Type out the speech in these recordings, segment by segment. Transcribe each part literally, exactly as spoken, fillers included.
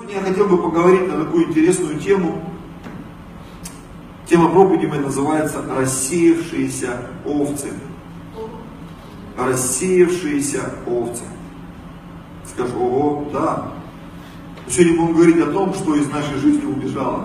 Сегодня я хотел бы поговорить на такую интересную тему. Тема проповеди моей называется «Рассеявшиеся овцы». Рассеявшиеся овцы. Скажу, ого, да. Сегодня будем говорить о том, что из нашей жизни убежало.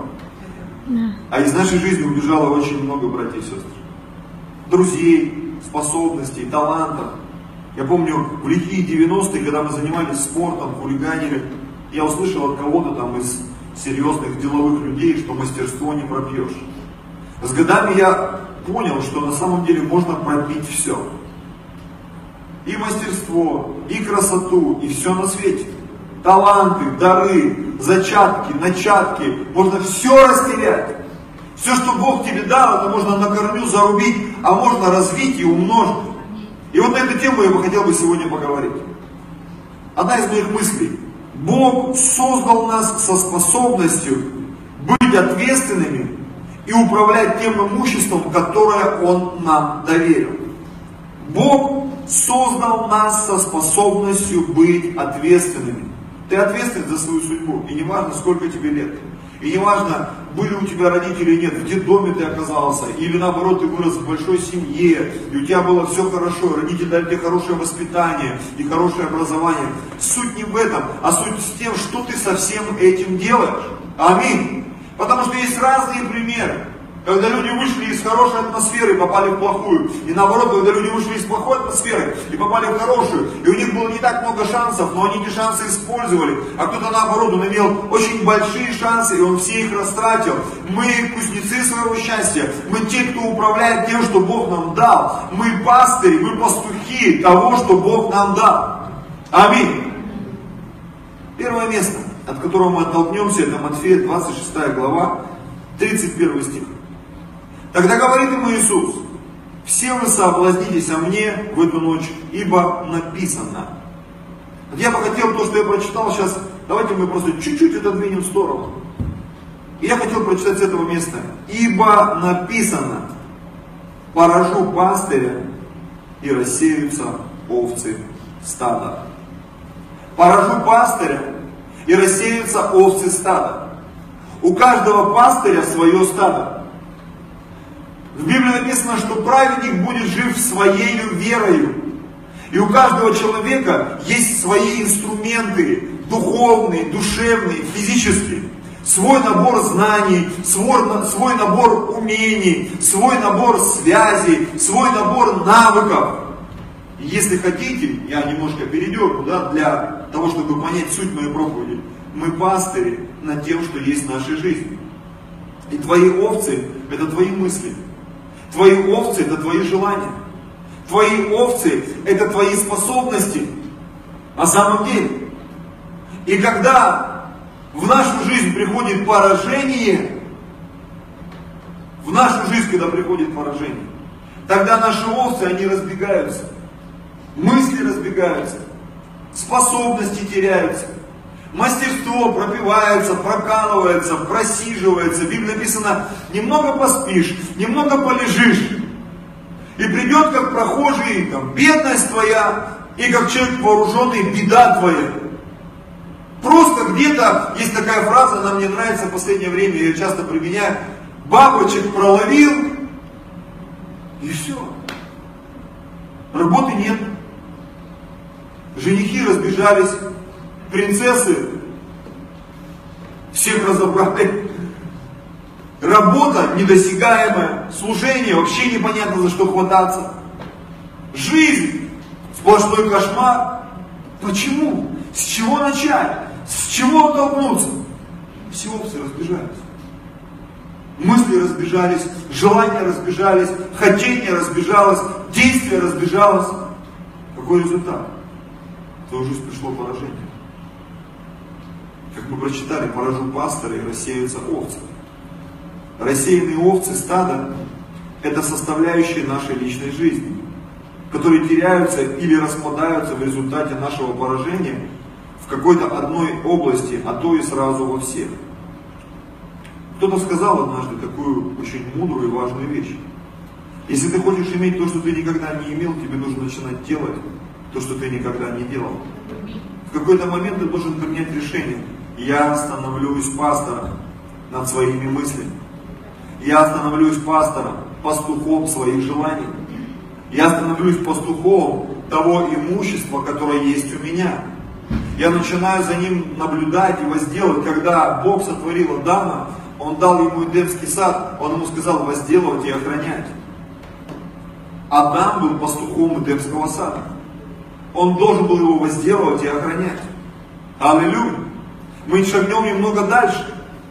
А из нашей жизни убежало очень много братьев и сестр. Друзей, способностей, талантов. Я помню, в лихие девяностые, когда мы занимались спортом, хулиганили, я услышал от кого-то там из серьезных деловых людей, что мастерство не пропьешь. С годами я понял, что на самом деле можно пропить все. И мастерство, и красоту, и все на свете. Таланты, дары, зачатки, начатки. Можно все растерять. Все, что Бог тебе дал, это можно на корню зарубить, а можно развить и умножить. И вот на эту тему я бы хотел бы сегодня поговорить. Одна из моих мыслей. Бог создал нас со способностью быть ответственными и управлять тем имуществом, которое Он нам доверил. Бог создал нас со способностью быть ответственными. Ты ответственен за свою судьбу, и не важно, сколько тебе лет. И не важно, были у тебя родители или нет, в детдоме ты оказался, или наоборот, ты вырос в большой семье, и у тебя было все хорошо, родители дали тебе хорошее воспитание и хорошее образование. Суть не в этом, а суть с тем, что ты со всем этим делаешь. Аминь. Потому что есть разные примеры. Когда люди вышли из хорошей атмосферы и попали в плохую. И наоборот, когда люди вышли из плохой атмосферы и попали в хорошую. И у них было не так много шансов, но они эти шансы использовали. А кто-то наоборот, он имел очень большие шансы, и он все их растратил. Мы кузнецы своего счастья. Мы те, кто управляет тем, что Бог нам дал. Мы пастыри, мы пастухи того, что Бог нам дал. Аминь. Первое место, от которого мы оттолкнемся, это Матфея двадцать шестая глава, тридцать первый стих. Тогда говорит ему Иисус: все вы соблазнитесь о мне в эту ночь, ибо написано. Вот я бы хотел то, что я прочитал сейчас, давайте мы просто чуть-чуть отодвинем в сторону. И я хотел прочитать с этого места. Ибо написано: поражу пастыря, и рассеются овцы стада. Поражу пастыря, и рассеются овцы стада. У каждого пастыря свое стадо. В Библии написано, что праведник будет жив своей верою. И у каждого человека есть свои инструменты, духовные, душевные, физические. Свой набор знаний, свой, свой набор умений, свой набор связей, свой набор навыков. И если хотите, я немножко перейду, да, для того, чтобы понять суть моей проповеди. Мы пастыри над тем, что есть в нашей жизни. И твои овцы – это твои мысли. Твои овцы – это твои желания. Твои овцы – это твои способности. На самом деле. И когда в нашу жизнь приходит поражение, в нашу жизнь, когда приходит поражение, тогда наши овцы, они разбегаются. Мысли разбегаются. Способности теряются. Мастерство пропивается, прокалывается, просиживается. В Библии написано: немного поспишь, немного полежишь. И придет, как прохожий, там, бедность твоя, и как человек вооруженный, беда твоя. Просто где-то есть такая фраза, она мне нравится в последнее время, я ее часто применяю. Бабочек проловил, и все. Работы нет. Женихи разбежались. Принцессы всех разобрали. Работа недосягаемая. Служение вообще непонятно за что хвататься. Жизнь сплошной кошмар. Почему? С чего начать? С чего оттолкнуться? Все опции разбежались. Мысли разбежались, желания разбежались, хотение разбежалось, действие разбежалось. Какой результат? В твою жизнь пришло поражение. Как мы прочитали, поражу пастыря, и рассеются овцы. Рассеянные овцы стада – это составляющие нашей личной жизни, которые теряются или распадаются в результате нашего поражения в какой-то одной области, а то и сразу во всех. Кто-то сказал однажды такую очень мудрую и важную вещь. Если ты хочешь иметь то, что ты никогда не имел, тебе нужно начинать делать то, что ты никогда не делал. В какой-то момент ты должен принять решение. Я становлюсь пастором над своими мыслями. Я становлюсь пастором, пастухом своих желаний. Я становлюсь пастухом того имущества, которое есть у меня. Я начинаю за ним наблюдать и возделывать. Когда Бог сотворил Адама, Он дал ему Эдемский сад, Он ему сказал возделывать и охранять. Адам был пастухом Эдемского сада. Он должен был его возделывать и охранять. Аллилуйя. Мы шагнем немного дальше.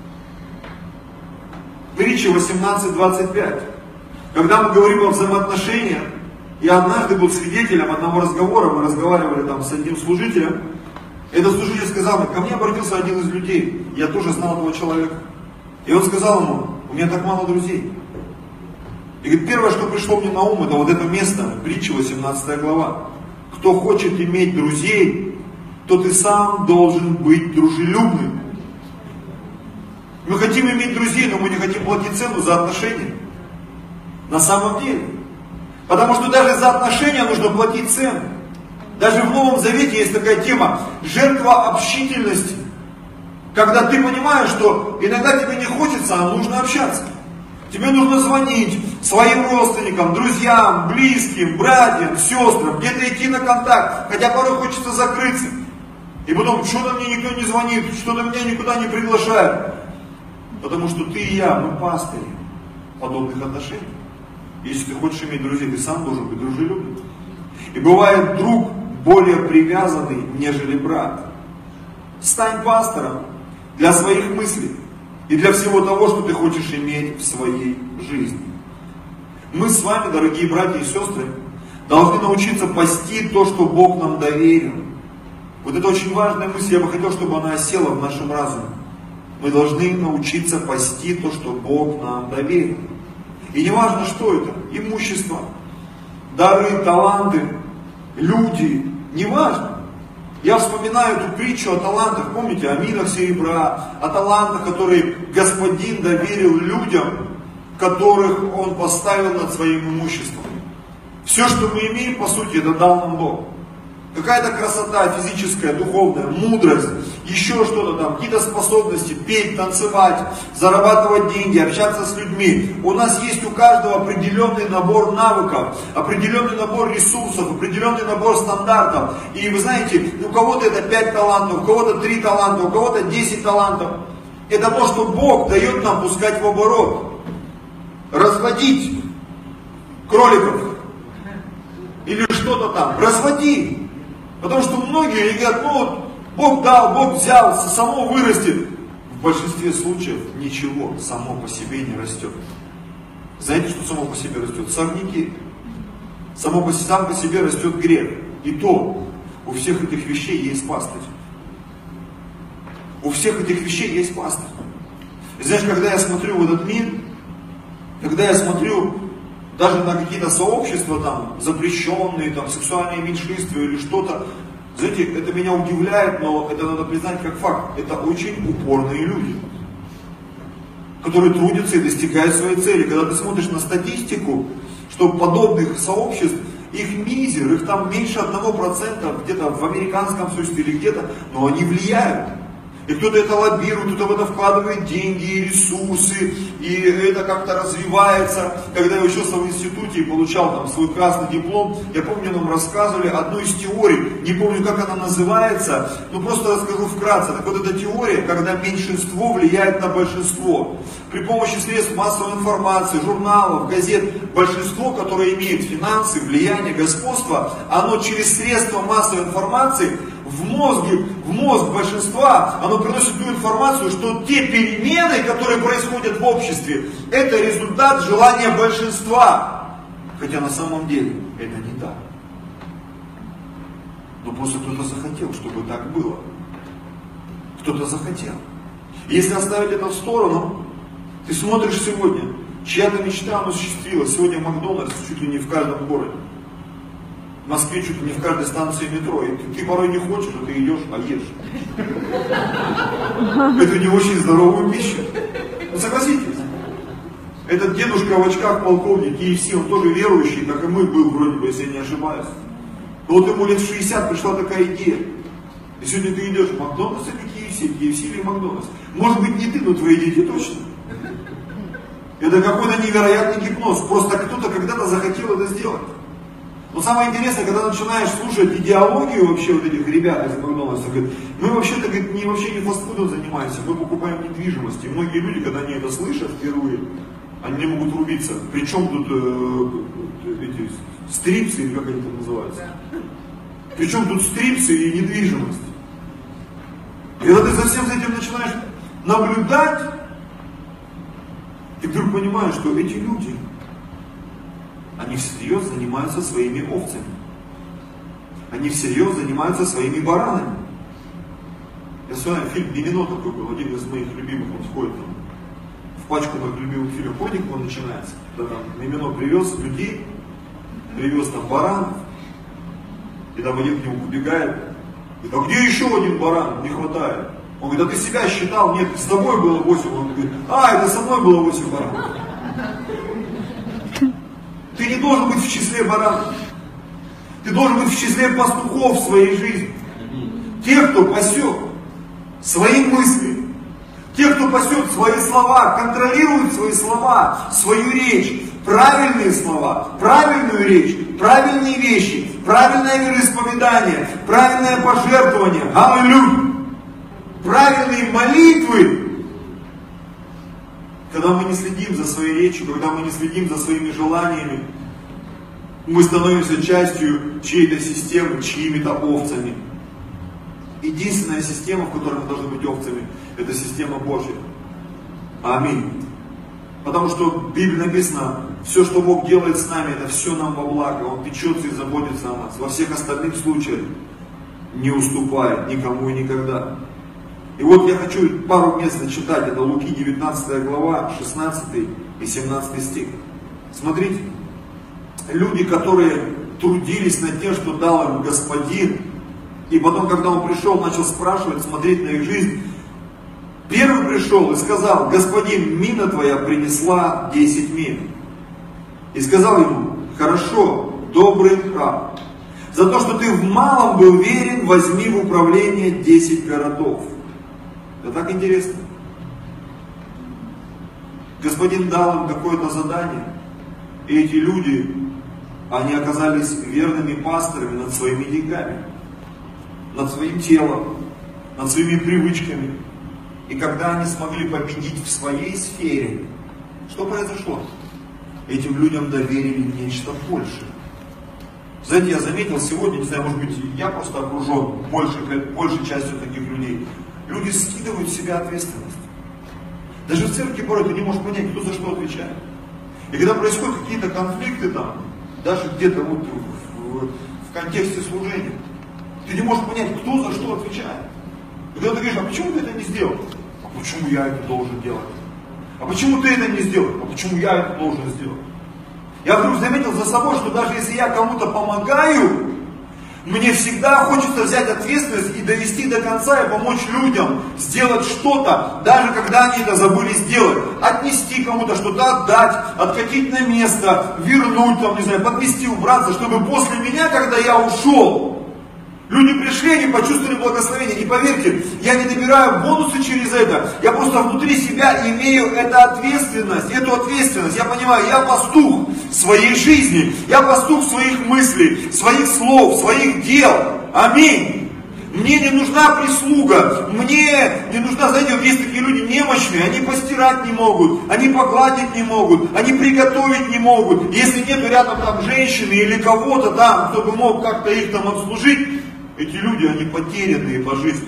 Притча восемнадцать двадцать пять. Когда мы говорим о взаимоотношениях, я однажды был свидетелем одного разговора, мы разговаривали там с одним служителем. Этот служитель сказал мне, ко мне обратился один из людей, я тоже знал этого человека. И он сказал ему, у меня так мало друзей. И говорит, первое, что пришло мне на ум, это вот это место, притча восемнадцатая глава. Кто хочет иметь друзей, тот и сам должен быть дружелюбным. Мы хотим иметь друзей, но мы не хотим платить цену за отношения. На самом деле. Потому что даже за отношения нужно платить цену. Даже в Новом Завете есть такая тема, жертва общительности. Когда ты понимаешь, что иногда тебе не хочется, а нужно общаться. Тебе нужно звонить своим родственникам, друзьям, близким, братьям, сестрам, где-то идти на контакт, хотя порой хочется закрыться. И потом, что-то мне никто не звонит, что-то меня никуда не приглашают. Потому что ты и я, мы пастыри подобных отношений. Если ты хочешь иметь друзей, ты сам должен быть дружелюбным. И бывает друг более привязанный, нежели брат. Стань пастором для своих мыслей и для всего того, что ты хочешь иметь в своей жизни. Мы с вами, дорогие братья и сестры, должны научиться пасти то, что Бог нам доверил. Вот это очень важная мысль, я бы хотел, чтобы она осела в нашем разуме. Мы должны научиться пасти то, что Бог нам доверил. И не важно, что это, имущество, дары, таланты, люди, не важно. Я вспоминаю эту притчу о талантах, помните, о минах серебра, о талантах, которые Господин доверил людям, которых Он поставил над своим имуществом. Все, что мы имеем, по сути, это дал нам Бог. Какая-то красота физическая, духовная, мудрость, еще что-то там, какие-то способности, петь, танцевать, зарабатывать деньги, общаться с людьми. У нас есть у каждого определенный набор навыков, определенный набор ресурсов, определенный набор стандартов. И вы знаете, у кого-то это пять талантов, у кого-то три таланта, у кого-то десять талантов. Это то, что Бог дает нам пускать в оборот. Разводить кроликов или что-то там, разводи. Потому что многие говорят, ну вот, Бог дал, Бог взял, само вырастет. В большинстве случаев ничего само по себе не растет. Знаете, что само по себе растет? Сорняки. Само по, сам по себе растет грех. И то, у всех этих вещей есть пастырь. У всех этих вещей есть пастырь. И знаешь, когда я смотрю в этот мир, когда я смотрю даже на какие-то сообщества там, запрещенные, там, сексуальные меньшинства или что-то, знаете, это меня удивляет, но это надо признать как факт. Это очень упорные люди, которые трудятся и достигают своей цели. Когда ты смотришь на статистику, что подобных сообществ, их мизер, их там меньше одного процента где-то в американском сообществе или где-то, но они влияют. И кто-то это лоббирует, кто-то в это вкладывает деньги и ресурсы, и это как-то развивается. Когда я учился в институте и получал там свой красный диплом, я помню, нам рассказывали одну из теорий, не помню, как она называется, но просто расскажу вкратце. Так вот, эта теория, когда меньшинство влияет на большинство. При помощи средств массовой информации, журналов, газет, большинство, которое имеет финансы, влияние, господство, оно через средства массовой информации в мозге, в мозг большинства, оно приносит ту информацию, что те перемены, которые происходят в обществе, это результат желания большинства. Хотя на самом деле это не так. Но просто кто-то захотел, чтобы так было. Кто-то захотел. И если оставить это в сторону, ты смотришь сегодня, чья-то мечта осуществилась. Сегодня Макдональдс чуть ли не в каждом городе. В Москве чуть ли не в каждой станции метро. И ты, ты порой не хочешь, а ты идешь, а ешь. Это не очень здоровую пищу. Ну согласитесь. Этот дедушка в очках, полковник, кей эф си, он тоже верующий, как и мы был вроде бы, если я не ошибаюсь. Но вот ему лет шестьдесят пришла такая идея. И сегодня ты идешь в Макдональдс или кей эф си, сеть кей эф си или Макдональдс. Может быть не ты, но твои дети точно. Это какой-то невероятный гипноз. Просто кто-то когда-то захотел это сделать. Но самое интересное, когда начинаешь слушать идеологию вообще вот этих ребят из Макдональдса, говорят, мы вообще-то говорит, не, вообще не фастфудом занимаемся, мы покупаем недвижимость. И многие люди, когда они это слышат впервые, они не могут рубиться. Причем тут э, эти стрипсы, или как они там называются? Причем тут стрипсы и недвижимость. И когда ты за всем этим начинаешь наблюдать, ты вдруг понимаешь, что эти люди, они всерьез занимаются своими овцами. Они всерьез занимаются своими баранами. Я вспоминаю, фильм «Мимино» такой был, один из моих любимых, он входит там, в пачку моих любимых фильмов. Помните, как он начинается? Когда там Мимино привез людей, привез там баранов, и там один к нему побегает, и говорит, а где еще один баран? Не хватает. Он говорит, а ты себя считал? Нет, с тобой было восемь. Он говорит, а, это со мной было восемь баранов. Ты не должен быть в числе баранов. Ты должен быть в числе пастухов в своей жизни. Тех, кто пасет свои мысли. Тех, кто пасет свои слова, контролирует свои слова, свою речь. Правильные слова, правильную речь, правильные вещи, правильное вероисповедание, правильное пожертвование. Аллилуйя! Правильные молитвы. Когда мы не следим за своей речью, когда мы не следим за своими желаниями, мы становимся частью чьей-то системы, чьими-то овцами. Единственная система, в которой мы должны быть овцами, это система Божья. Аминь. Потому что в Библии написано, все, что Бог делает с нами, это все нам во благо. Он печется и заботится о нас. Во всех остальных случаях не уступает никому и никогда. И вот я хочу пару мест зачитать. Это Луки девятнадцатая глава, шестнадцатый и семнадцатый стих. Смотрите, люди, которые трудились над тем, что дал им Господин, и потом, когда он пришел, начал спрашивать, смотреть на их жизнь, первый пришел и сказал, Господин, мина твоя принесла десять мин. И сказал ему, хорошо, добрый раб, за то, что ты в малом был верен, возьми в управление десять городов. Это так интересно. Господин дал им какое-то задание, и эти люди, они оказались верными пасторами над своими деньгами, над своим телом, над своими привычками. И когда они смогли победить в своей сфере, что произошло? Этим людям доверили нечто большее. Знаете, я заметил сегодня, не знаю, может быть, я просто окружен большей, большей частью таких людей. Люди скидывают с себя ответственность. Даже в церкви порой ты не можешь понять, кто за что отвечает. И когда происходят какие-то конфликты там, даже где-то вот в, в, в контексте служения, ты не можешь понять, кто за что отвечает. И когда ты говоришь, а почему ты это не сделал? А почему я это должен делать? А почему ты это не сделал? А почему я это должен сделать? Я вдруг заметил за собой, что даже если я кому-то помогаю, мне всегда хочется взять ответственность и довести до конца и помочь людям сделать что-то, даже когда они это забыли сделать. Отнести кому-то что-то, отдать, откатить на место, вернуть, там, не знаю, подмести, убраться, чтобы после меня, когда я ушел, люди пришли, они почувствовали благословение. И поверьте, я не набираю бонусы через это. Я просто внутри себя имею эту ответственность. Эту ответственность. Я понимаю, я пастух своей жизни. Я пастух своих мыслей, своих слов, своих дел. Аминь. Мне не нужна прислуга. Мне не нужна, знаете, вот есть такие люди немощные. Они постирать не могут. Они погладить не могут. Они приготовить не могут. Если нет рядом там женщины или кого-то там, кто бы мог как-то их там обслужить, эти люди, они потерянные по жизни.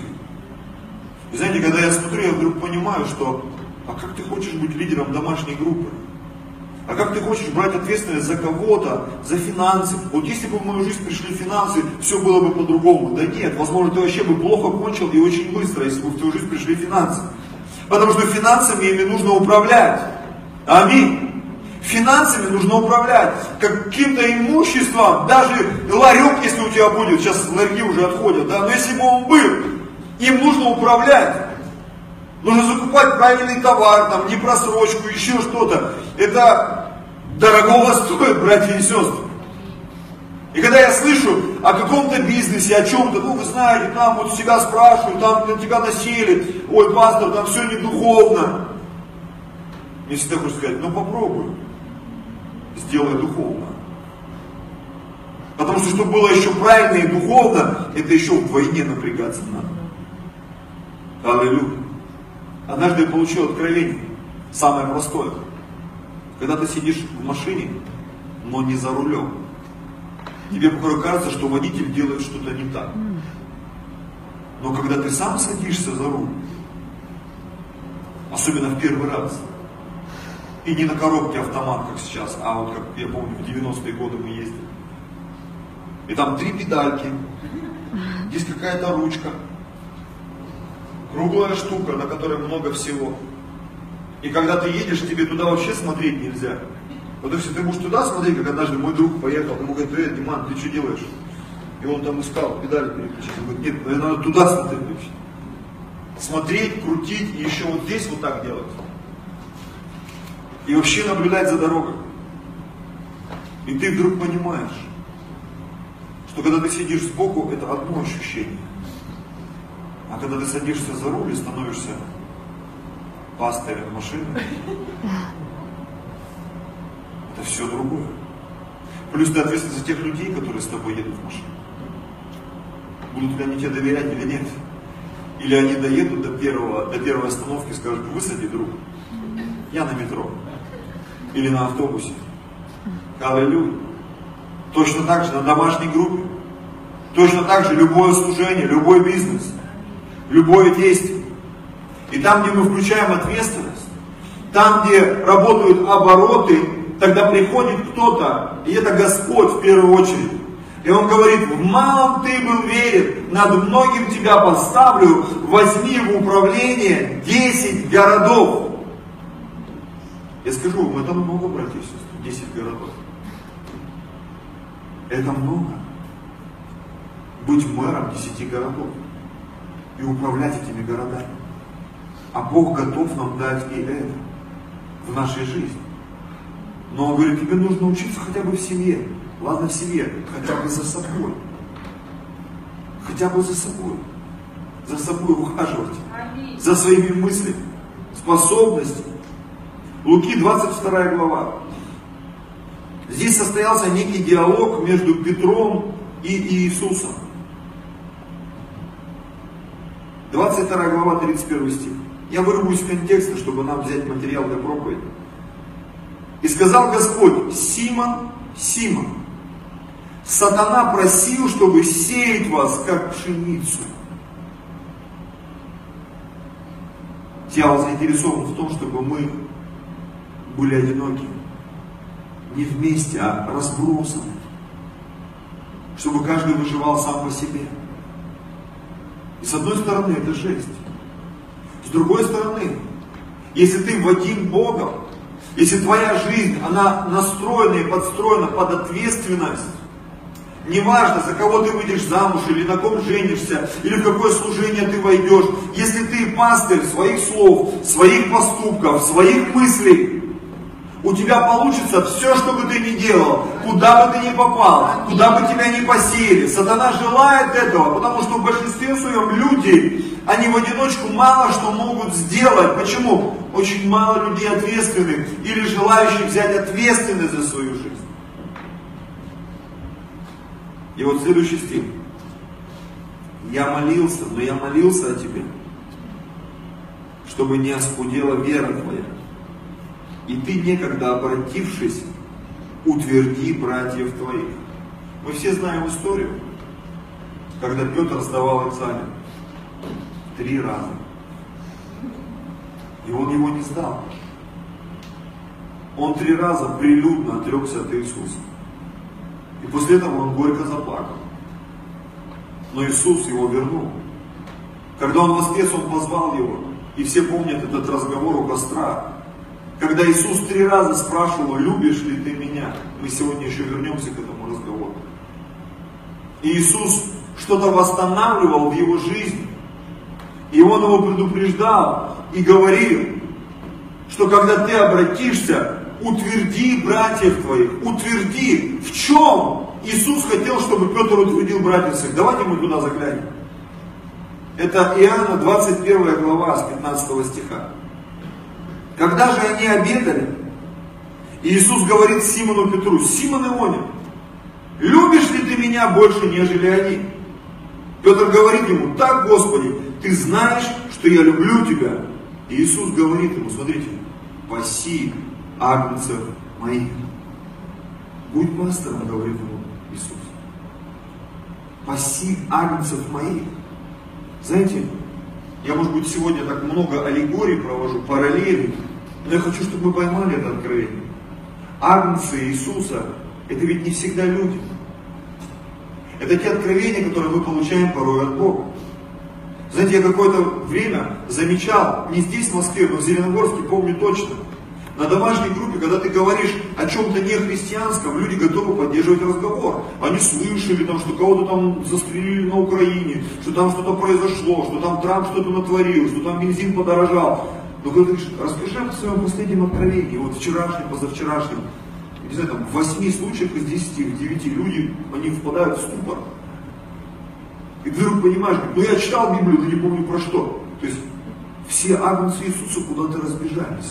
И знаете, когда я смотрю, я вдруг понимаю, что, а как ты хочешь быть лидером домашней группы? А как ты хочешь брать ответственность за кого-то, за финансы? Вот если бы в мою жизнь пришли финансы, все было бы по-другому. Да нет, возможно, ты вообще бы плохо кончил и очень быстро, если бы в твою жизнь пришли финансы. Потому что финансами ими нужно управлять. Аминь. Финансами нужно управлять, каким-то имуществом, даже ларек, если у тебя будет, сейчас ларьки уже отходят, да, но если бы он был, им нужно управлять. Нужно закупать правильный товар, там, не просрочку, еще что-то. Это дорогого стоит, братья и сестры. И когда я слышу о каком-то бизнесе, о чем-то, ну вы знаете, там вот себя спрашивают, там на тебя насели, ой, пастор, там все не духовно. Мне всегда хочется сказать, ну попробуй, сделай духовно. Потому что, чтобы было еще правильно и духовно, это еще вдвойне напрягаться надо. Аллилуйя. Однажды я получил откровение, самое простое. Когда ты сидишь в машине, но не за рулем, тебе порой кажется, что водитель делает что-то не так. Но когда ты сам садишься за руль, особенно в первый раз, и не на коробке автомат, как сейчас, а вот как я помню, в девяностые годы мы ездили. И там три педальки, здесь какая-то ручка, круглая штука, на которой много всего. И когда ты едешь, тебе туда вообще смотреть нельзя. Вот если ты будешь туда смотреть, как однажды мой друг поехал, ему говорит, э, Диман, ты что делаешь? И он там искал, педали переключить. Он говорит, нет, наверное, надо туда смотреть вообще. Смотреть, крутить и еще вот здесь вот так делать. И вообще наблюдать за дорогой. И ты вдруг понимаешь, что когда ты сидишь сбоку, это одно ощущение. А когда ты садишься за руль и становишься пастырем машины, это все другое. Плюс ты ответственен за тех людей, которые с тобой едут в машине. Будут ли они тебе доверять или нет. Или они доедут до, первого, до первой остановки и скажут, высади, друг, я на метро. Или на автобусе. Аллилуйя. Точно так же на домашней группе. Точно так же любое служение, любой бизнес, любое действие. И там, где мы включаем ответственность, там, где работают обороты, тогда приходит кто-то, и это Господь в первую очередь. И Он говорит, в малом ты был верен, над многим тебя поставлю, возьми в управление десять городов. Я скажу вам, это много, братья и сестры, десять городов. Это много. Быть мэром десяти городов и управлять этими городами. А Бог готов нам дать и это в нашей жизни. Но Он говорит, тебе нужно учиться хотя бы в семье. Ладно, в семье, хотя бы за собой. Хотя бы за собой. За собой ухаживать. За своими мыслями, способностями. Луки, двадцать вторая глава. Здесь состоялся некий диалог между Петром и Иисусом. двадцать вторая глава, тридцать первый стих. Я вырвусь из контекста, чтобы нам взять материал для проповеди. И сказал Господь, Симон, Симон, сатана просил, чтобы сеять вас, как пшеницу. Дьявол заинтересован в том, чтобы мы были одинокими. Не вместе, а разбросаны. Чтобы каждый выживал сам по себе. И с одной стороны, это жесть. С другой стороны, если ты Вадим Богом, если твоя жизнь, она настроена и подстроена под ответственность, неважно, за кого ты выйдешь замуж, или на ком женишься, или в какое служение ты войдешь, если ты пастырь своих слов, своих поступков, своих мыслей, у тебя получится все, что бы ты ни делал, куда бы ты ни попал, куда бы тебя ни посеяли. Сатана желает этого, потому что в большинстве своем люди, они в одиночку мало что могут сделать. Почему? Очень мало людей ответственных или желающих взять ответственность за свою жизнь. И вот следующий стих. Я молился, но я молился о тебе, чтобы не оскудела вера твоя. И ты, некогда обратившись, утверди братьев твоих. Мы все знаем историю, когда Петр сдавал экзамен три раза. И он его не сдал. Он три раза прилюдно отрекся от Иисуса. И после этого он горько заплакал. Но Иисус его вернул. Когда он воскрес, он позвал его. И все помнят этот разговор у костра. Когда Иисус три раза спрашивал, любишь ли ты меня? Мы сегодня еще вернемся к этому разговору. И Иисус что-то восстанавливал в его жизни. И Он его предупреждал и говорил, что когда ты обратишься, утверди братьев твоих, утверди. В чем Иисус хотел, чтобы Петр утвердил братьев своих? Давайте мы туда заглянем. Это Иоанна двадцать первая глава с пятнадцатого стиха. Когда же они обедали, Иисус говорит Симону Петру: Симон Ионин, любишь ли ты меня больше, нежели они? Петр говорит ему: так, Господи, ты знаешь, что я люблю тебя. И Иисус говорит ему: смотрите, паси агнцев моих. Будь пастором, говорит ему Иисус. Паси агнцев моих. Знаете, я, может быть, сегодня так много аллегорий провожу, параллелей, но я хочу, чтобы мы поймали это откровение. Агнцы Иисуса — это ведь не всегда люди. Это те откровения, которые мы получаем порой от Бога. Знаете, я какое-то время замечал, не здесь, в Москве, но в Зеленогорске, помню точно, на домашней группе, когда ты говоришь о чем-то нехристианском, люди готовы поддерживать разговор. Они слышали, там, что кого-то там застрелили на Украине, что там что-то произошло, что там Трамп что-то натворил, что там бензин подорожал. Но когда ты говоришь: расскажи о своем последнем откровении, вот вчерашнем, позавчерашнем, не знаю, там, в восьми случаях из десяти, в девяти люди, они впадают в ступор. И ты вдруг понимаешь: ну я читал Библию, но не помню про что. То есть все агнцы Иисуса куда-то разбежались.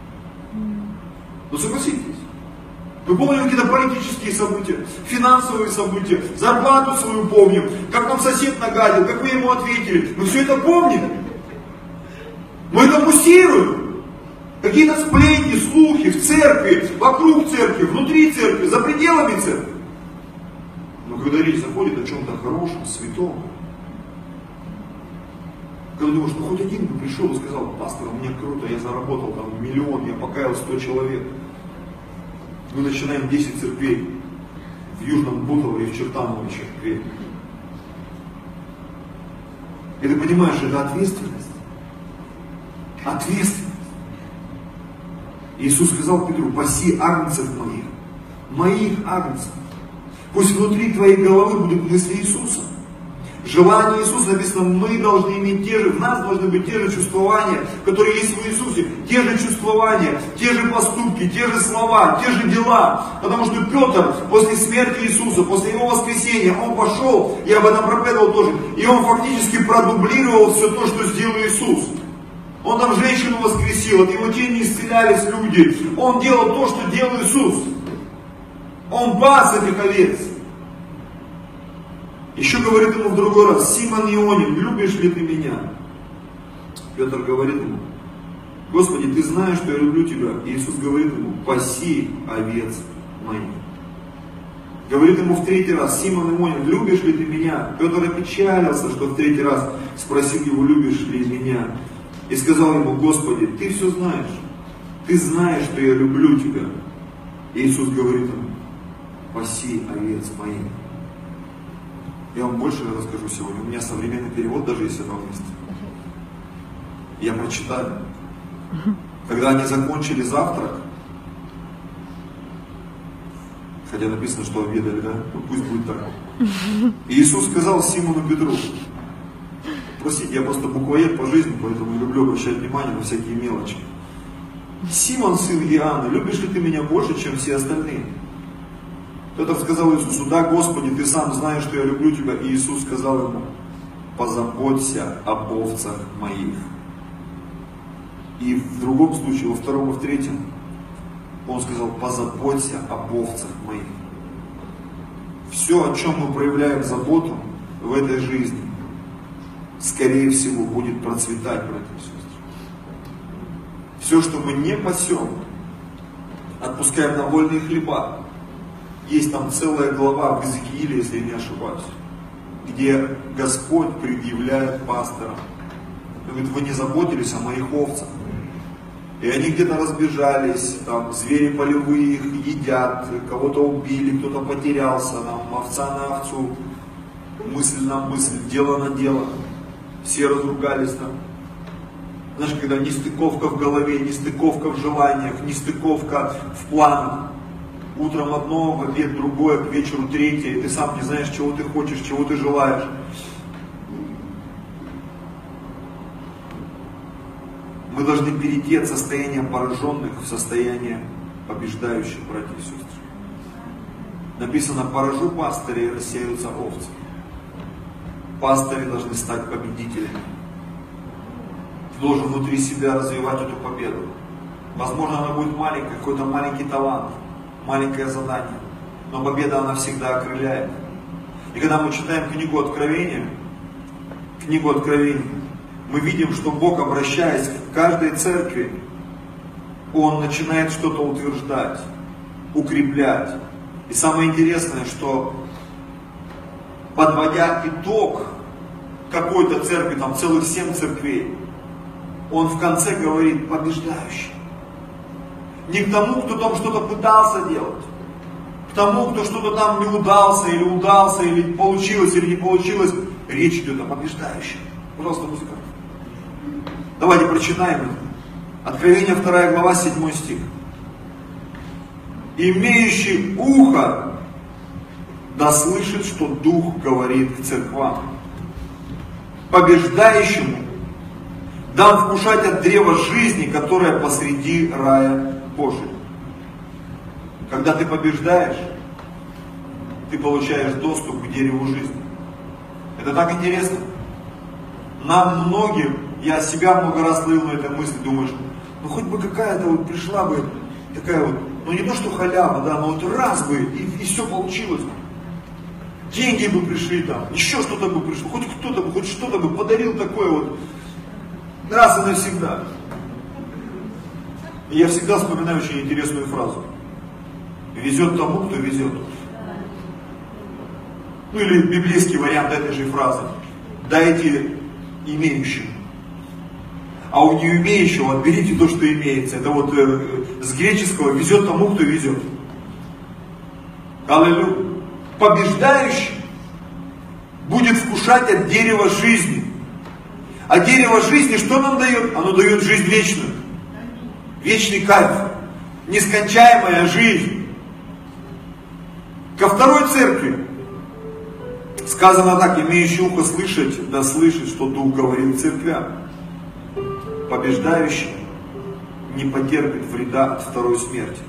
Ну согласитесь. Мы помним какие-то политические события, финансовые события, зарплату свою помним, как нам сосед нагадил, как мы ему ответили. Мы все это помним. Мы это муссируем. Какие-то сплетни, слухи в церкви, вокруг церкви, внутри церкви, за пределами церкви. Но когда речь заходит о чем-то хорошем, святом, когда думаешь: ну хоть один бы пришел и сказал: пастор, мне круто, я заработал там миллион, я покаял сто человек. Мы начинаем десять церквей в Южном Бутово и в Чертаново церкви. И ты понимаешь, это ответственность. Ответственность. Иисус сказал Петру: паси агнцев моих, моих агнцев. Пусть внутри твоей головы будут мысли Иисуса. Желание Иисуса, написано, мы должны иметь те же, в нас должны быть те же чувствования, которые есть в Иисусе, те же чувствования, те же поступки, те же слова, те же дела. Потому что Петр после смерти Иисуса, после его воскресения, он пошел, я об этом проповедовал тоже, и он фактически продублировал все то, что сделал Иисус. Он там женщину воскресил, от его тени исцелялись люди. Он делал то, что делал Иисус. Он пас этих овец. Еще говорит ему в другой раз: Симон Ионин, любишь ли ты меня? Петр говорит ему: Господи, ты знаешь, что я люблю тебя. И Иисус говорит ему: паси овец моих. Говорит ему в третий раз: Симон Ионин, любишь ли ты меня? Петр опечалился, что в третий раз спросил его: любишь ли меня? И сказал ему: Господи, ты все знаешь. Ты знаешь, что я люблю тебя. И Иисус говорит ему: паси овец моих. Я вам больше расскажу сегодня. У меня современный перевод даже есть этого места. Я прочитаю. Когда они закончили завтрак, хотя написано, что обедали, да? Ну пусть будет так. И Иисус сказал Симону Петру: простите, я просто буквоед по жизни, поэтому люблю обращать внимание на всякие мелочи. Симон, сын Иоанна, любишь ли ты меня больше, чем все остальные? Петр сказал Иисусу: да, Господи, ты сам знаешь, что я люблю тебя. И Иисус сказал ему: позаботься об овцах моих. И в другом случае, во втором и в третьем, он сказал: позаботься об овцах моих. Все, о чем мы проявляем заботу в этой жизни, скорее всего, будет процветать, братья и сестры. Все, что мы не пасем, отпускаем на вольные хлеба. Есть там целая глава в Иезекииле, если я не ошибаюсь, где Господь предъявляет пасторам. Он говорит: вы не заботились о моих овцах. И они где-то разбежались, там звери полевые их едят, кого-то убили, кто-то потерялся, там овца на овцу, мысль на мысль, дело на дело. Все разругались там. Знаешь, когда нестыковка в голове, нестыковка в желаниях, нестыковка в планах. Утром одно, в обед другое, к вечеру третье, и ты сам не знаешь, чего ты хочешь, чего ты желаешь. Мы должны перейти от состояния пораженных в состояние побеждающих, братья и сестры. Написано: поражу пастырей и рассеются овцы. Пастыри должны стать победителями. Ты должен внутри себя развивать эту победу. Возможно, она будет маленькая, какой-то маленький талант, маленькое задание. Но победа, она всегда окрыляет. И когда мы читаем книгу Откровения, книгу Откровения, мы видим, что Бог, обращаясь к каждой церкви, Он начинает что-то утверждать, укреплять. И самое интересное, что подводя итог какой-то церкви, там целых семь церквей, Он в конце говорит: побеждающий. Не к тому, кто там что-то пытался делать, к тому, кто что-то там не удался, или удался, или получилось, или не получилось. Речь идет о побеждающем. Пожалуйста, музыка. Давайте прочитаем это. Откровение вторая глава, седьмой стих. Имеющий ухо, да слышит, что Дух говорит к церквам. Побеждающему дам вкушать от древа жизни, которое посреди рая Божия. Когда ты побеждаешь, ты получаешь доступ к дереву жизни. Это так интересно. Нам многим, я себя много раз ловил на этой мысли, думаешь, ну хоть бы какая-то вот пришла бы такая вот, ну не то что халява, да, но вот раз бы, и, и все получилось бы. Деньги бы пришли там, еще что-то бы пришло, хоть кто-то бы, хоть что-то бы подарил такое вот, раз и навсегда. И я всегда вспоминаю очень интересную фразу. Везет тому, кто везет. Ну или библейский вариант этой же фразы. Дайте имеющему. А у не имеющего отберите то, что имеется. Это вот э, с греческого везет тому, кто везет. Аллилуйя. Побеждающий будет вкушать от дерева жизни. А дерево жизни что нам дает? Оно дает жизнь вечную. Вечный кайф. Нескончаемая жизнь. Ко второй церкви сказано так: имеющий ухо слышать, да слышит, что Дух говорит церквям. Побеждающий не потерпит вреда от второй смерти.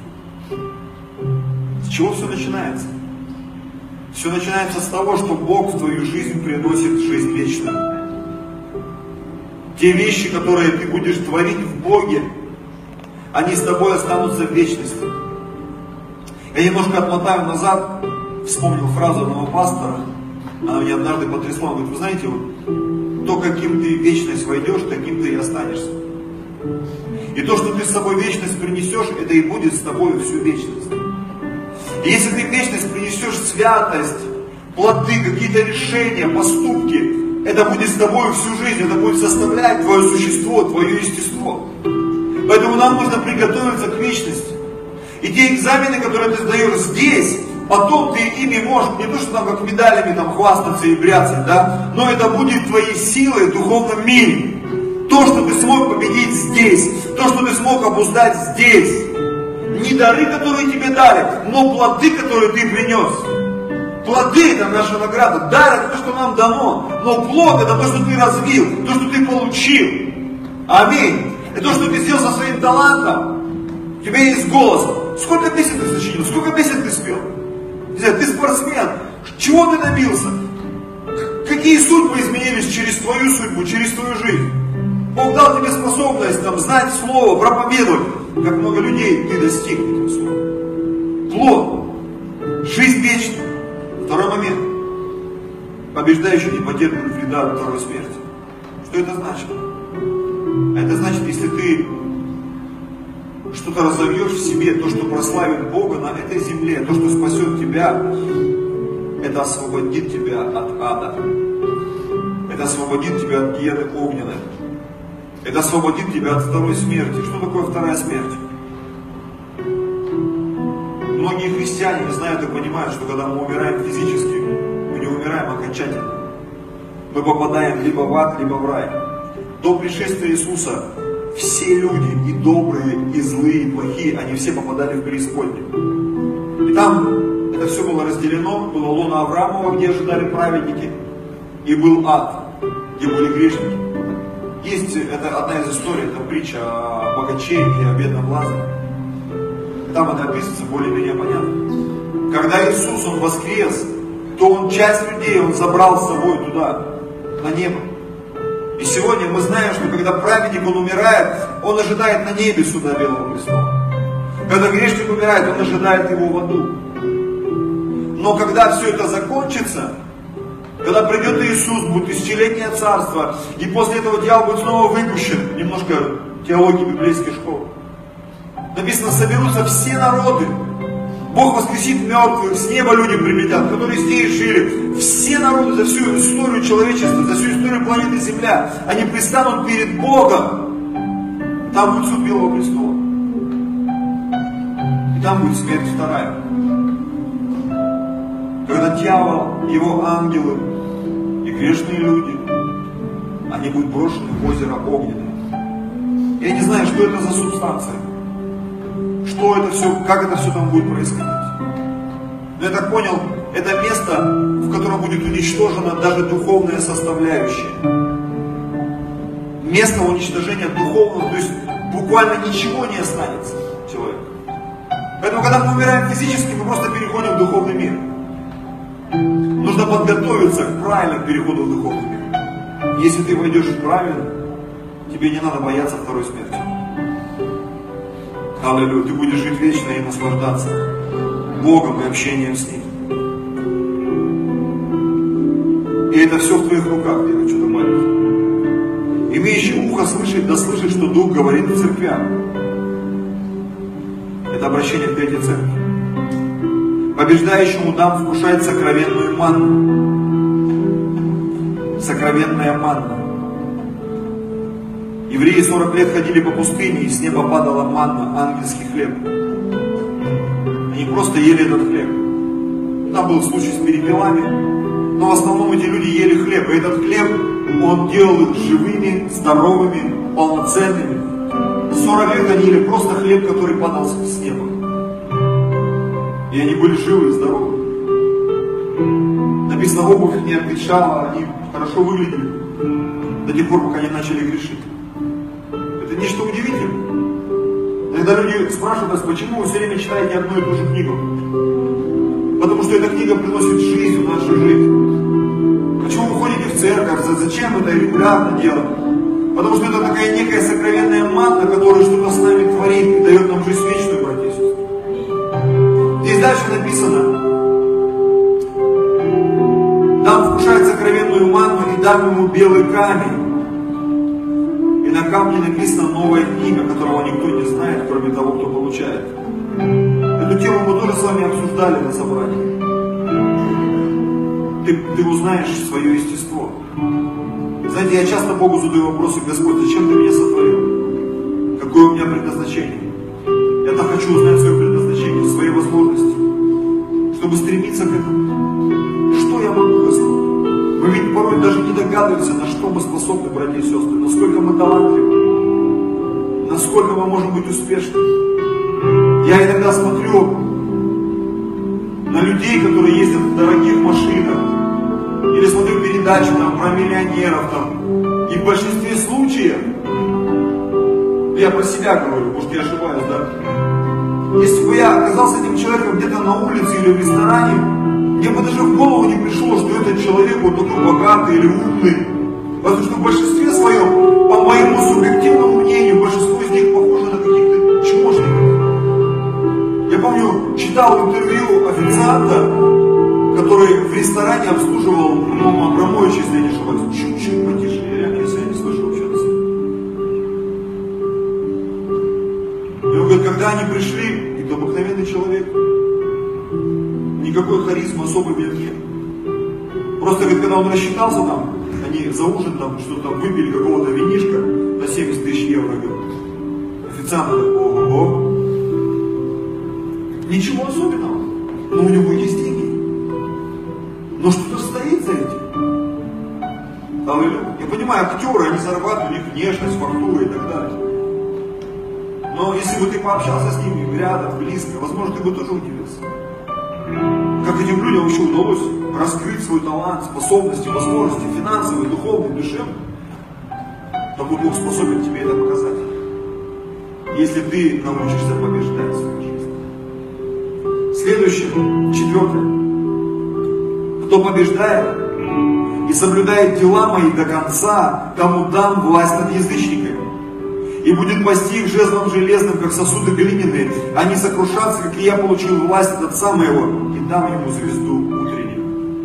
С чего все начинается? Все начинается с того, что Бог в твою жизнь приносит жизнь вечную. Те вещи, которые ты будешь творить в Боге, они с тобой останутся в вечности. Я немножко отмотаю назад, вспомнил фразу одного пастора, она меня однажды потрясла. Он говорит: вы знаете, вот, то, каким ты в вечность войдешь, таким ты и останешься. И то, что ты с собой вечность принесешь, это и будет с тобой всю вечность. И если ты в вечность принесешь святость, плоды, какие-то решения, поступки, это будет с тобой всю жизнь, это будет составлять твое существо, твое естество. Поэтому нам нужно приготовиться к вечности. И те экзамены, которые ты сдаешь здесь, потом ты ими можешь, не то что там как медалями там хвастаться и бряцать, да, но это будет твоей силой в духовном мире. То, что ты смог победить здесь, то, что ты смог обуздать здесь. Не дары, которые тебе дали, но плоды, которые ты принес. Плоды — это наша награда. Дар — это то, что нам дано. Но плод — это то, что ты развил, то, что ты получил. Аминь. Это то, что ты сделал со своим талантом. У тебя есть голос. Сколько песен ты сочинил? Сколько песен ты спел? Ты спортсмен. Чего ты добился? Какие судьбы изменились через твою судьбу, через твою жизнь? Бог дал тебе способность там, знать слово, проповедовать. Как много людей ты достиг этим словом. Плод. Жизнь вечная. Второй момент. Побеждающий не потерпит вреда от второй смерти. Что это значит? А это значит, если ты что-то разовьешь в себе, то, что прославит Бога на этой земле, то, что спасет тебя, это освободит тебя от ада. Это освободит тебя от гиены огненной. Это освободит тебя от второй смерти. Что такое вторая смерть? Многие христиане не знают и понимают, что когда мы умираем физически, мы не умираем окончательно. Мы попадаем либо в ад, либо в рай. До пришествия Иисуса все люди, и добрые, и злые, и плохие, они все попадали в преисподнюю. И там это все было разделено, было лоно Авраамова, где ожидали праведники, и был ад, где были грешники. Есть, это одна из историй, это притча о богаче и о бедном Лазаре. Там это описывается более-менее понятно. Когда Иисус, Он воскрес, то Он часть людей, Он забрал с собой туда, на небо. И сегодня мы знаем, что когда праведник, он умирает, он ожидает на небе суда Белого престола. Когда грешник умирает, он ожидает его в аду. Но когда все это закончится, когда придет Иисус, будет тысячелетнее царство, и после этого дьявол будет снова выпущен, немножко теологии библейской школы. Написано, соберутся все народы. Бог воскресит мертвых, с неба люди прилетят, которые здесь жили. Все народы за всю историю человечества, за всю историю планеты Земля, они предстанут перед Богом. Там будет суд Белого престола. И там будет смерть вторая. Когда дьявол, его ангелы и грешные люди, они будут брошены в озеро огненное. Я не знаю, что это за субстанция. Что это все, как это все там будет происходить. Но я так понял, это место, в котором будет уничтожена даже духовная составляющая. Место уничтожения духовного, то есть буквально ничего не останется человеку. Поэтому, когда мы умираем физически, мы просто переходим в духовный мир. Нужно подготовиться к правильному переходу в духовный мир. Если ты войдешь в правильно, тебе не надо бояться второй смерти. Аллилуйя, ты будешь жить вечно и наслаждаться Богом и общением с Ним. И это все в твоих руках, я хочу добавить. Имеющий ухо слышать, да слышит, что Дух говорит в церквях. Это обращение к Третьей Церкви. Побеждающему дам вкушать сокровенную манну. Сокровенная манна. Евреи сорок лет ходили по пустыне, и с неба падала манна, ангельский хлеб. Они просто ели этот хлеб. Там был случай с перепелами, но в основном эти люди ели хлеб. И этот хлеб, он делал их живыми, здоровыми, полноценными. сорок лет они ели просто хлеб, который падал с неба. И они были живы и здоровы. Написано, обувь не обветшала, они хорошо выглядели до тех пор, пока не начали грешить. Это нечто удивительное. Иногда люди спрашивают нас, почему вы все время читаете одну и ту же книгу? Потому что эта книга приносит жизнь в нашу жизнь. Почему вы ходите в церковь? Зачем это регулярно делать? Потому что это такая некая сокровенная манна, которая что-то с нами творит и дает нам жизнь вечную, братья и сестры. Здесь дальше написано: дам вкушать сокровенную манну и дам ему белый камень. И на камне написана новая книга, которого никто не знает, кроме того, кто получает. Эту тему мы тоже с вами обсуждали на собрании. Ты, ты узнаешь свое естество. Знаете, я часто Богу задаю вопросы: Господь, зачем ты меня сотворил? Какое у меня предназначение? Я-то хочу узнать свое предназначение, свои возможности, чтобы стремиться к этому. Что я могу, Господь? Мы ведь порой даже не догадываемся, на что мы способны, братья и сестры, насколько мы талантливы, насколько мы можем быть успешны. Я иногда смотрю на людей, которые ездят в дорогих машинах, или смотрю передачи там, про миллионеров, там, и в большинстве случаев, я про себя говорю, может я ошибаюсь, да? Если бы я оказался этим человеком где-то на улице или в ресторане, мне бы даже в голову не пришло, что этот человек вот такой богатый или умный. Потому что в большинстве своем, по моему субъективному мнению, большинство из них похоже на каких-то чмошников. Я помню, читал интервью официанта, который в ресторане обслуживал, по-моему, Абрамовича, если я не ошибаюсь. Чуть-чуть потише, я реально если я не слышу вообще на свете. И он говорит, когда они пришли, это обыкновенный человек. Никакой харизмы особой в нем нет. Просто, говорит, когда он рассчитался там, они за ужин там что-то там выпили, какого-то винишка на семьдесят тысяч евро, говорит. Официант такой, ого-го. Ничего особенного, но у него есть деньги. Но что-то стоит за этим. Я понимаю, актеры, они зарабатывают, у них внешность, фактура и так далее. Но если бы ты пообщался с ними рядом, близко, возможно, ты бы тоже удивился. Как этим людям вообще удалось раскрыть свой талант, способности, возможности, финансовые, духовные, душевные. Такой Бог способен тебе это показать. Если ты научишься побеждать в своей жизни. Следующее, четвертое. Кто побеждает и соблюдает дела мои до конца, тому дам власть над язычниками. И будет пасти их жезлом железным, как сосуды глиняные. Они сокрушатся, как и я получил власть от Отца моего, и дам ему звезду утреннюю.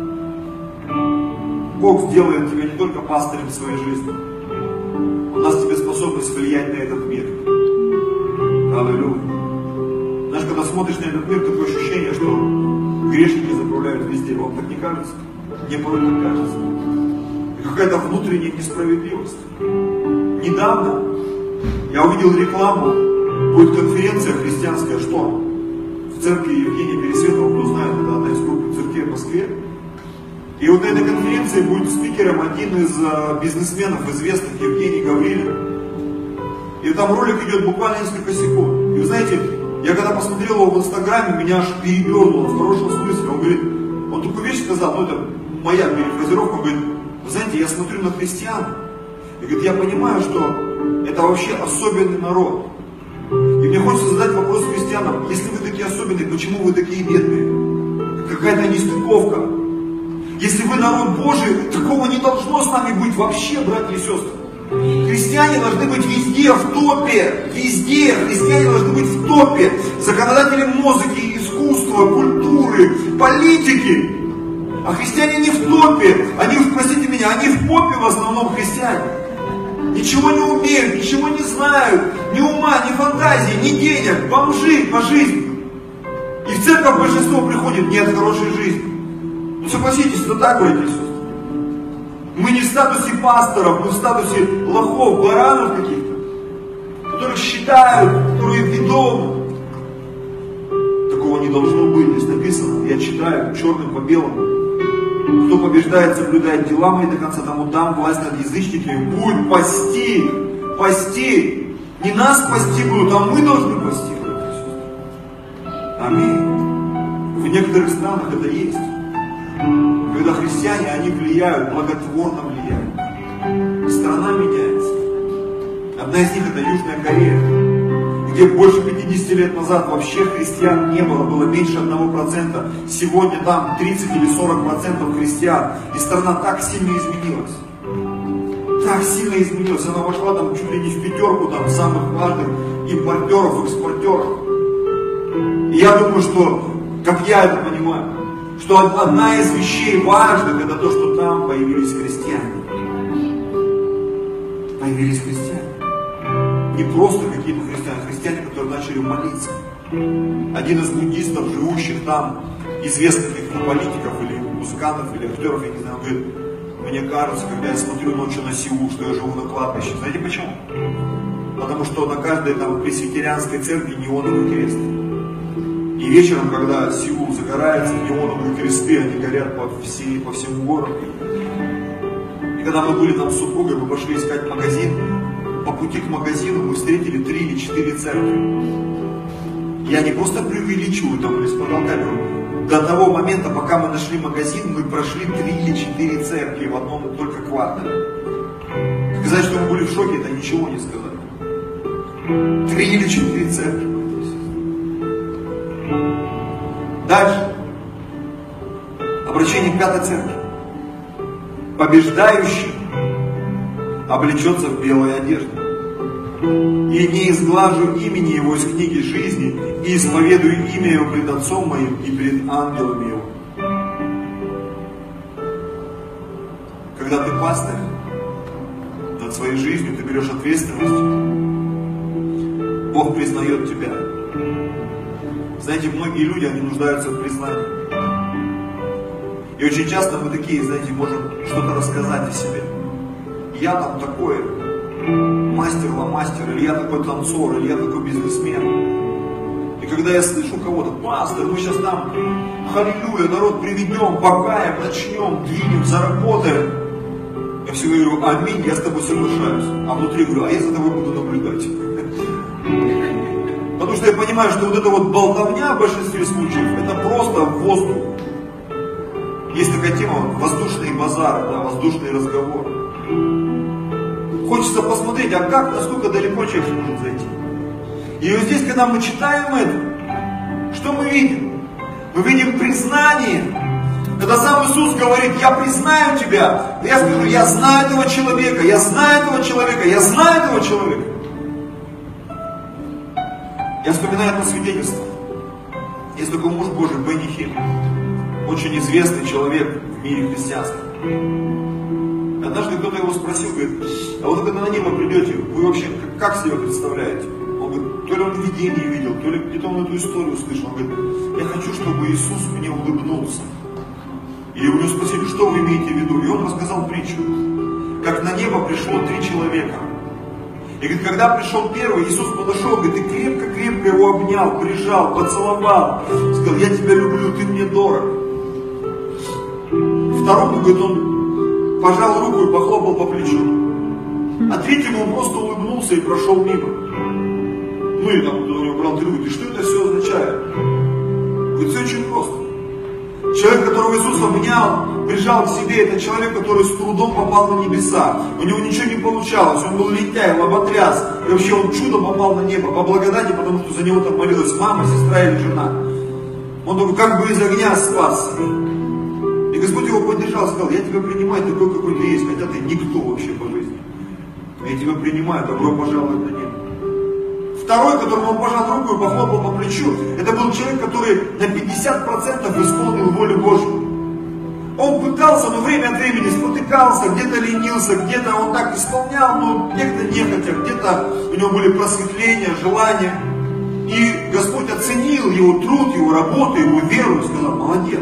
Бог сделает тебя не только пастырем своей жизни. Он даст тебе способность влиять на этот мир. Аллилуйя. Знаешь, когда смотришь на этот мир, такое ощущение, что грешники заправляют везде. Вам так не кажется? Мне порой так кажется. И какая-то внутренняя несправедливость. Недавно я увидел рекламу, будет конференция христианская, что? В церкви Евгения Пересветова, кто знает, это одна из крупных церквей в Москве. И вот на этой конференции будет спикером один из бизнесменов известных, Евгений Гаврилин. И там ролик идет буквально несколько секунд. И вы знаете, я когда посмотрел его в Инстаграме, меня аж передернуло в хорошем смысле. Он говорит, он такую вещь сказал, ну это моя перефразировка, он говорит, вы знаете, я смотрю на христиан, и говорит, я понимаю, что это вообще особенный народ. И мне хочется задать вопрос христианам, если вы такие особенные, почему вы такие бедные? Какая-то нестыковка. Если вы народ Божий, такого не должно с нами быть вообще, братья и сестры. Христиане должны быть везде в топе, везде. Христиане должны быть в топе. Законодатели музыки, искусства, культуры, политики. А христиане не в топе. Они, простите меня, они в попе в основном христиане. Ничего не умеют, ничего не знают. Ни ума, ни фантазии, ни денег. Бомжи по жизни. И в церковь большинство приходит, нет хорошей жизни. Ну согласитесь, это так, братья и сестры. Мы не в статусе пасторов, мы в статусе лохов, баранов каких-то, которых считают, которые ведомы. Такого не должно быть. Здесь написано, я читаю черным по белому. Кто побеждает, соблюдает дела мои до конца, тому дам власть над язычниками. Будет пасти, пасти. Не нас пасти будут, а мы должны пасти. Аминь. В некоторых странах это есть. Когда христиане, они влияют, благотворно влияют. Страна меняется. Одна из них это Южная Корея, где больше пятидесяти лет назад вообще христиан не было, было меньше одного процента. Сегодня там тридцать или сорок процентов христиан. И страна так сильно изменилась. Так сильно изменилась. Она вошла там чуть ли не в пятерку там, самых важных импортеров, экспортеров. И я думаю, что, как я это понимаю, что одна из вещей важных, это то, что там появились христиане. Появились христиане. Не просто какие-то христиане, а христиане, которые начали молиться. Один из буддистов, живущих там, известных каких-то политиков или музыкантов, или актеров, я не знаю, говорит, мне кажется, когда я смотрю ночью на Сеул, что я живу на кладбище. Знаете почему? Потому что на каждой там пресвитерианской церкви неоновый крест. И вечером, когда Сеул загорается, неоновые кресты, они горят по, всей, по всему городу. И когда мы были там с супругой, мы пошли искать магазин. По пути к магазину мы встретили три или четыре церкви. Я не просто преувеличиваю там или с потолка беру. До того момента, пока мы нашли магазин, мы прошли три или четыре церкви в одном только квартале. Сказать, что мы были в шоке, это ничего не сказать. Три или четыре церкви. Дальше. Обращение к пятой церкви. Побеждающий облечется в белые одежды. И не изглажу имени его из книги жизни, и исповедую имя его пред Отцом моим и пред ангелами его. Когда ты пастырь над своей жизнью, ты берешь ответственность, Бог признает тебя. Знаете, многие люди, они нуждаются в признании. И очень часто мы такие, знаете, можем что-то рассказать о себе. Я там такой мастер-ломастер, или я такой танцор, или я такой бизнесмен. И когда я слышу кого-то, пастор, мы сейчас там, халилюя, народ приведем, покаем, начнем, двинем, заработаем. Я всегда говорю, аминь, я с тобой соглашаюсь. А внутри говорю, а я за тобой буду наблюдать. Потому что я понимаю, что вот эта вот болтовня в большинстве случаев, это просто воздух. Есть такая тема, воздушные базары, да, воздушные разговоры. Хочется посмотреть, а как, насколько далеко человек может зайти. И вот здесь, когда мы читаем это, что мы видим? Мы видим признание. Когда сам Иисус говорит, я признаю тебя, я скажу, я знаю этого человека, я знаю этого человека, я знаю этого человека. Я вспоминаю это свидетельство. Есть такой муж Божий, Бенни Хилл. Очень известный человек в мире христианском. Однажды кто-то его спросил, говорит, а вот когда на небо придете, вы вообще как, как себе представляете? Он говорит, то ли он видение видел, то ли где-то он эту историю услышал. Он говорит, я хочу, чтобы Иисус мне улыбнулся. И у него спросили, что вы имеете в виду? И он рассказал притчу, как на небо пришло три человека. И говорит, когда пришел первый, Иисус подошел, говорит, и крепко-крепко его обнял, прижал, поцеловал. Сказал, я тебя люблю, ты мне дорог. Второму, говорит, он пожал руку и похлопал по плечу. А третьему он просто улыбнулся и прошел мимо. Ну и там кто-то у него брал трубку, и что это все означает? Говорит, все очень просто. Человек, которого Иисус обнял, прижал к себе, это человек, который с трудом попал на небеса. У него ничего не получалось, он был лентяй, лоботряс. И вообще он чудом попал на небо по благодати, потому что за него там молилась мама, сестра или жена. Он только как бы из огня спасся. И Господь его поддержал, сказал, я тебя принимаю такой, какой ты есть, хотя ты никто вообще по жизни. Я тебя принимаю, добро пожаловать на небо. Второй, которому он пожал руку и похлопал по плечу, это был человек, который на пятьдесят процентов исполнил волю Божью. Он пытался, но время от времени спотыкался, где-то ленился, где-то он так исполнял, но где-то нехотя, где-то у него были просветления, желания. И Господь оценил его труд, его работу, его веру и сказал, молодец.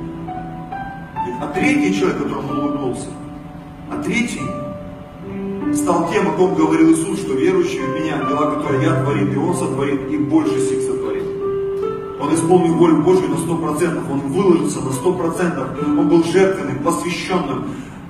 А третий человек, которому он улыбнулся, а третий стал тем, о ком говорил Иисус, что верующий в меня, дела, которые я творит, и он сотворит, и больше сих сотворит. Он исполнил волю Божью на сто процентов, он выложился на сто процентов, он был жертвенным, посвященным,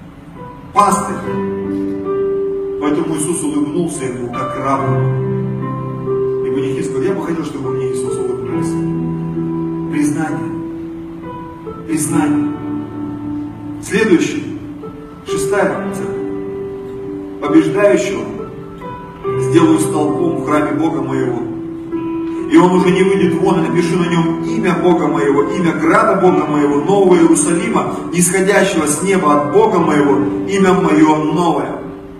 пастырем. Поэтому Иисус улыбнулся ему как равному. И Бенни Хилл сказал, я бы хотел, чтобы мне Иисус улыбнулся. Признание. Признание. Следующий, шестая церковь. Побеждающего сделаю столпом в храме Бога моего. И он уже не выйдет вон, и напишу на нем имя Бога моего, имя града Бога моего, нового Иерусалима, нисходящего с неба от Бога моего, имя мое новое.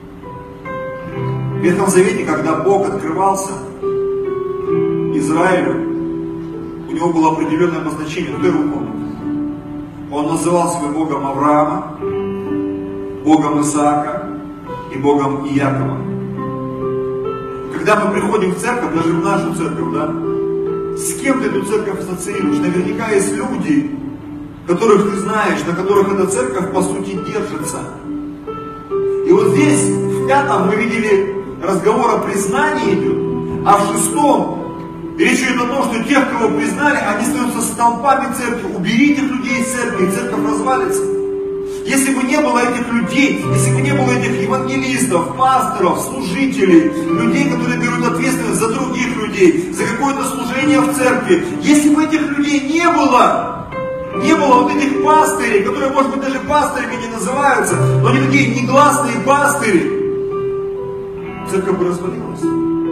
В Ветхом Завете, когда Бог открывался Израилю, у него было определенное обозначение, кто его помнит? Он называл себя Богом Авраама, Богом Исаака и Богом Иакова. Когда мы приходим в церковь, даже в нашу церковь, да, с кем ты эту церковь ассоциируешь? Наверняка есть люди, которых ты знаешь, на которых эта церковь по сути держится. И вот здесь, в пятом, мы видели разговор о признании идет, а в шестом речь идет о том, что тех, кого признали, они становятся столпами церкви. Убери этих людей из церкви, и церковь развалится. Если бы не было этих людей, если бы не было этих евангелистов, пасторов, служителей, людей, которые берут ответственность за других людей, за какое-то служение в церкви, если бы этих людей не было, не было вот этих пастырей, которые, может быть, даже пастырями не называются, но они такие негласные пастыри, церковь бы развалилась.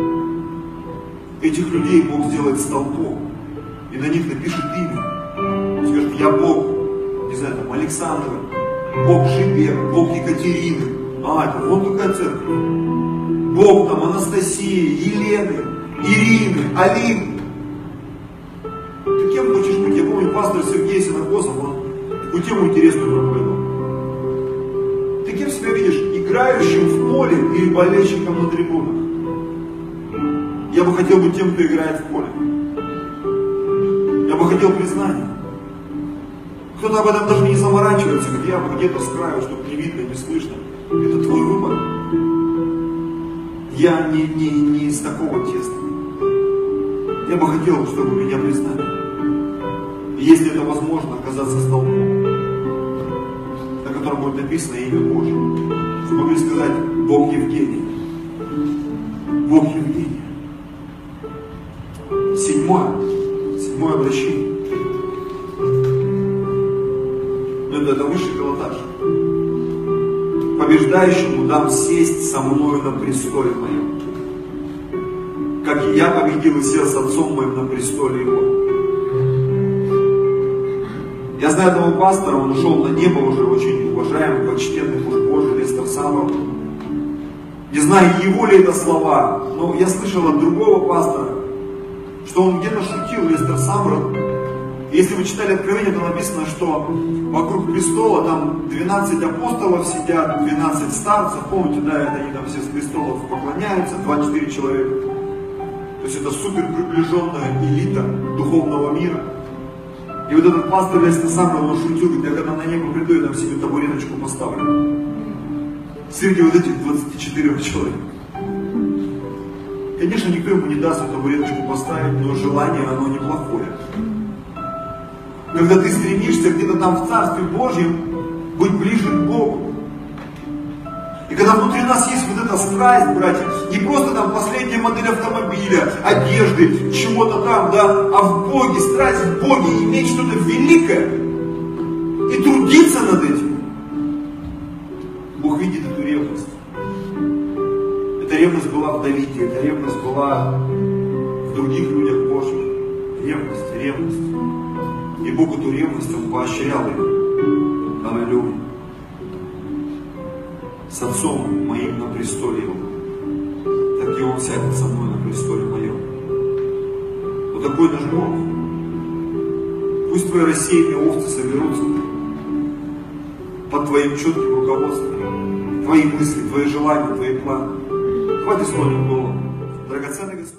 Этих людей Бог сделает столпом, и на них напишет имя. Скажет, я Бог, не знаю, там, Александра, Бог Жибер, Бог Екатерины. А, это вот такая церковь. Бог там Анастасии, Елены, Ирины, Алины. Ты кем хочешь быть? Я помню, пастор Сергей Синокосов, он такую тему интересную проповедовал. Ты кем себя видишь? Играющим в поле или болельщиком на трибунах? Я бы хотел быть тем, кто играет в поле. Я бы хотел признания. Кто-то об этом даже не заморачивается, где я где-то с краю, чтобы не видно, не слышно. Это твой выбор. Я не, не, не из такого теста. Я бы хотел, чтобы меня признали. И если это возможно, оказаться столбом, на котором будет написано имя Божье. Чтобы могли сказать Бог Евгений. Бог Евгений. Седьмое. Седьмое обращение. Это высший пилотаж. Побеждающему дам сесть со мною на престоле моем, как и я победил и сел с отцом моим на престоле его. Я знаю одного пастора, он ушел на небо уже, очень уважаемый, почтенный муж Божий, Лестер Самрот. Не знаю, его ли это слова, но я слышал от другого пастора, что он где-то шутил, Лестер Самрот. Если вы читали Откровение, то написано, что вокруг престола там двенадцать апостолов сидят, двенадцать старцев, помните, да, это они там все с престолов поклоняются, двадцать четыре человека. То есть это супер приближенная элита духовного мира. И вот этот пастор Лестер Самрот, он шутил, говорит, я когда на небо приду, я там себе табуреточку поставлю. Среди вот этих двадцати четырёх человек. Конечно, никто ему не даст эту табуреточку поставить, но желание, оно неплохое. Когда ты стремишься где-то там в Царстве Божьем быть ближе к Богу. И когда внутри нас есть вот эта страсть, братья, не просто там последняя модель автомобиля, одежды, чего-то там, да, а в Боге, страсть в Боге, иметь что-то великое и трудиться над этим. Бог видит эту ревность. Эта ревность была в Давиде, эта ревность была в других людях Божьих. Ревность, ревность. И Бог эту ревность, Он поощрял ее. Аллилуйя. С Отцом моим на престоле Его, так и Он сядет со мной на престоле моем. Вот такой наш Бог. Пусть твои рассеянные овцы соберутся под твоим четким руководством. Твои мысли, твои желания, твои планы. Хватит склонить голову. Драгоценный Господь.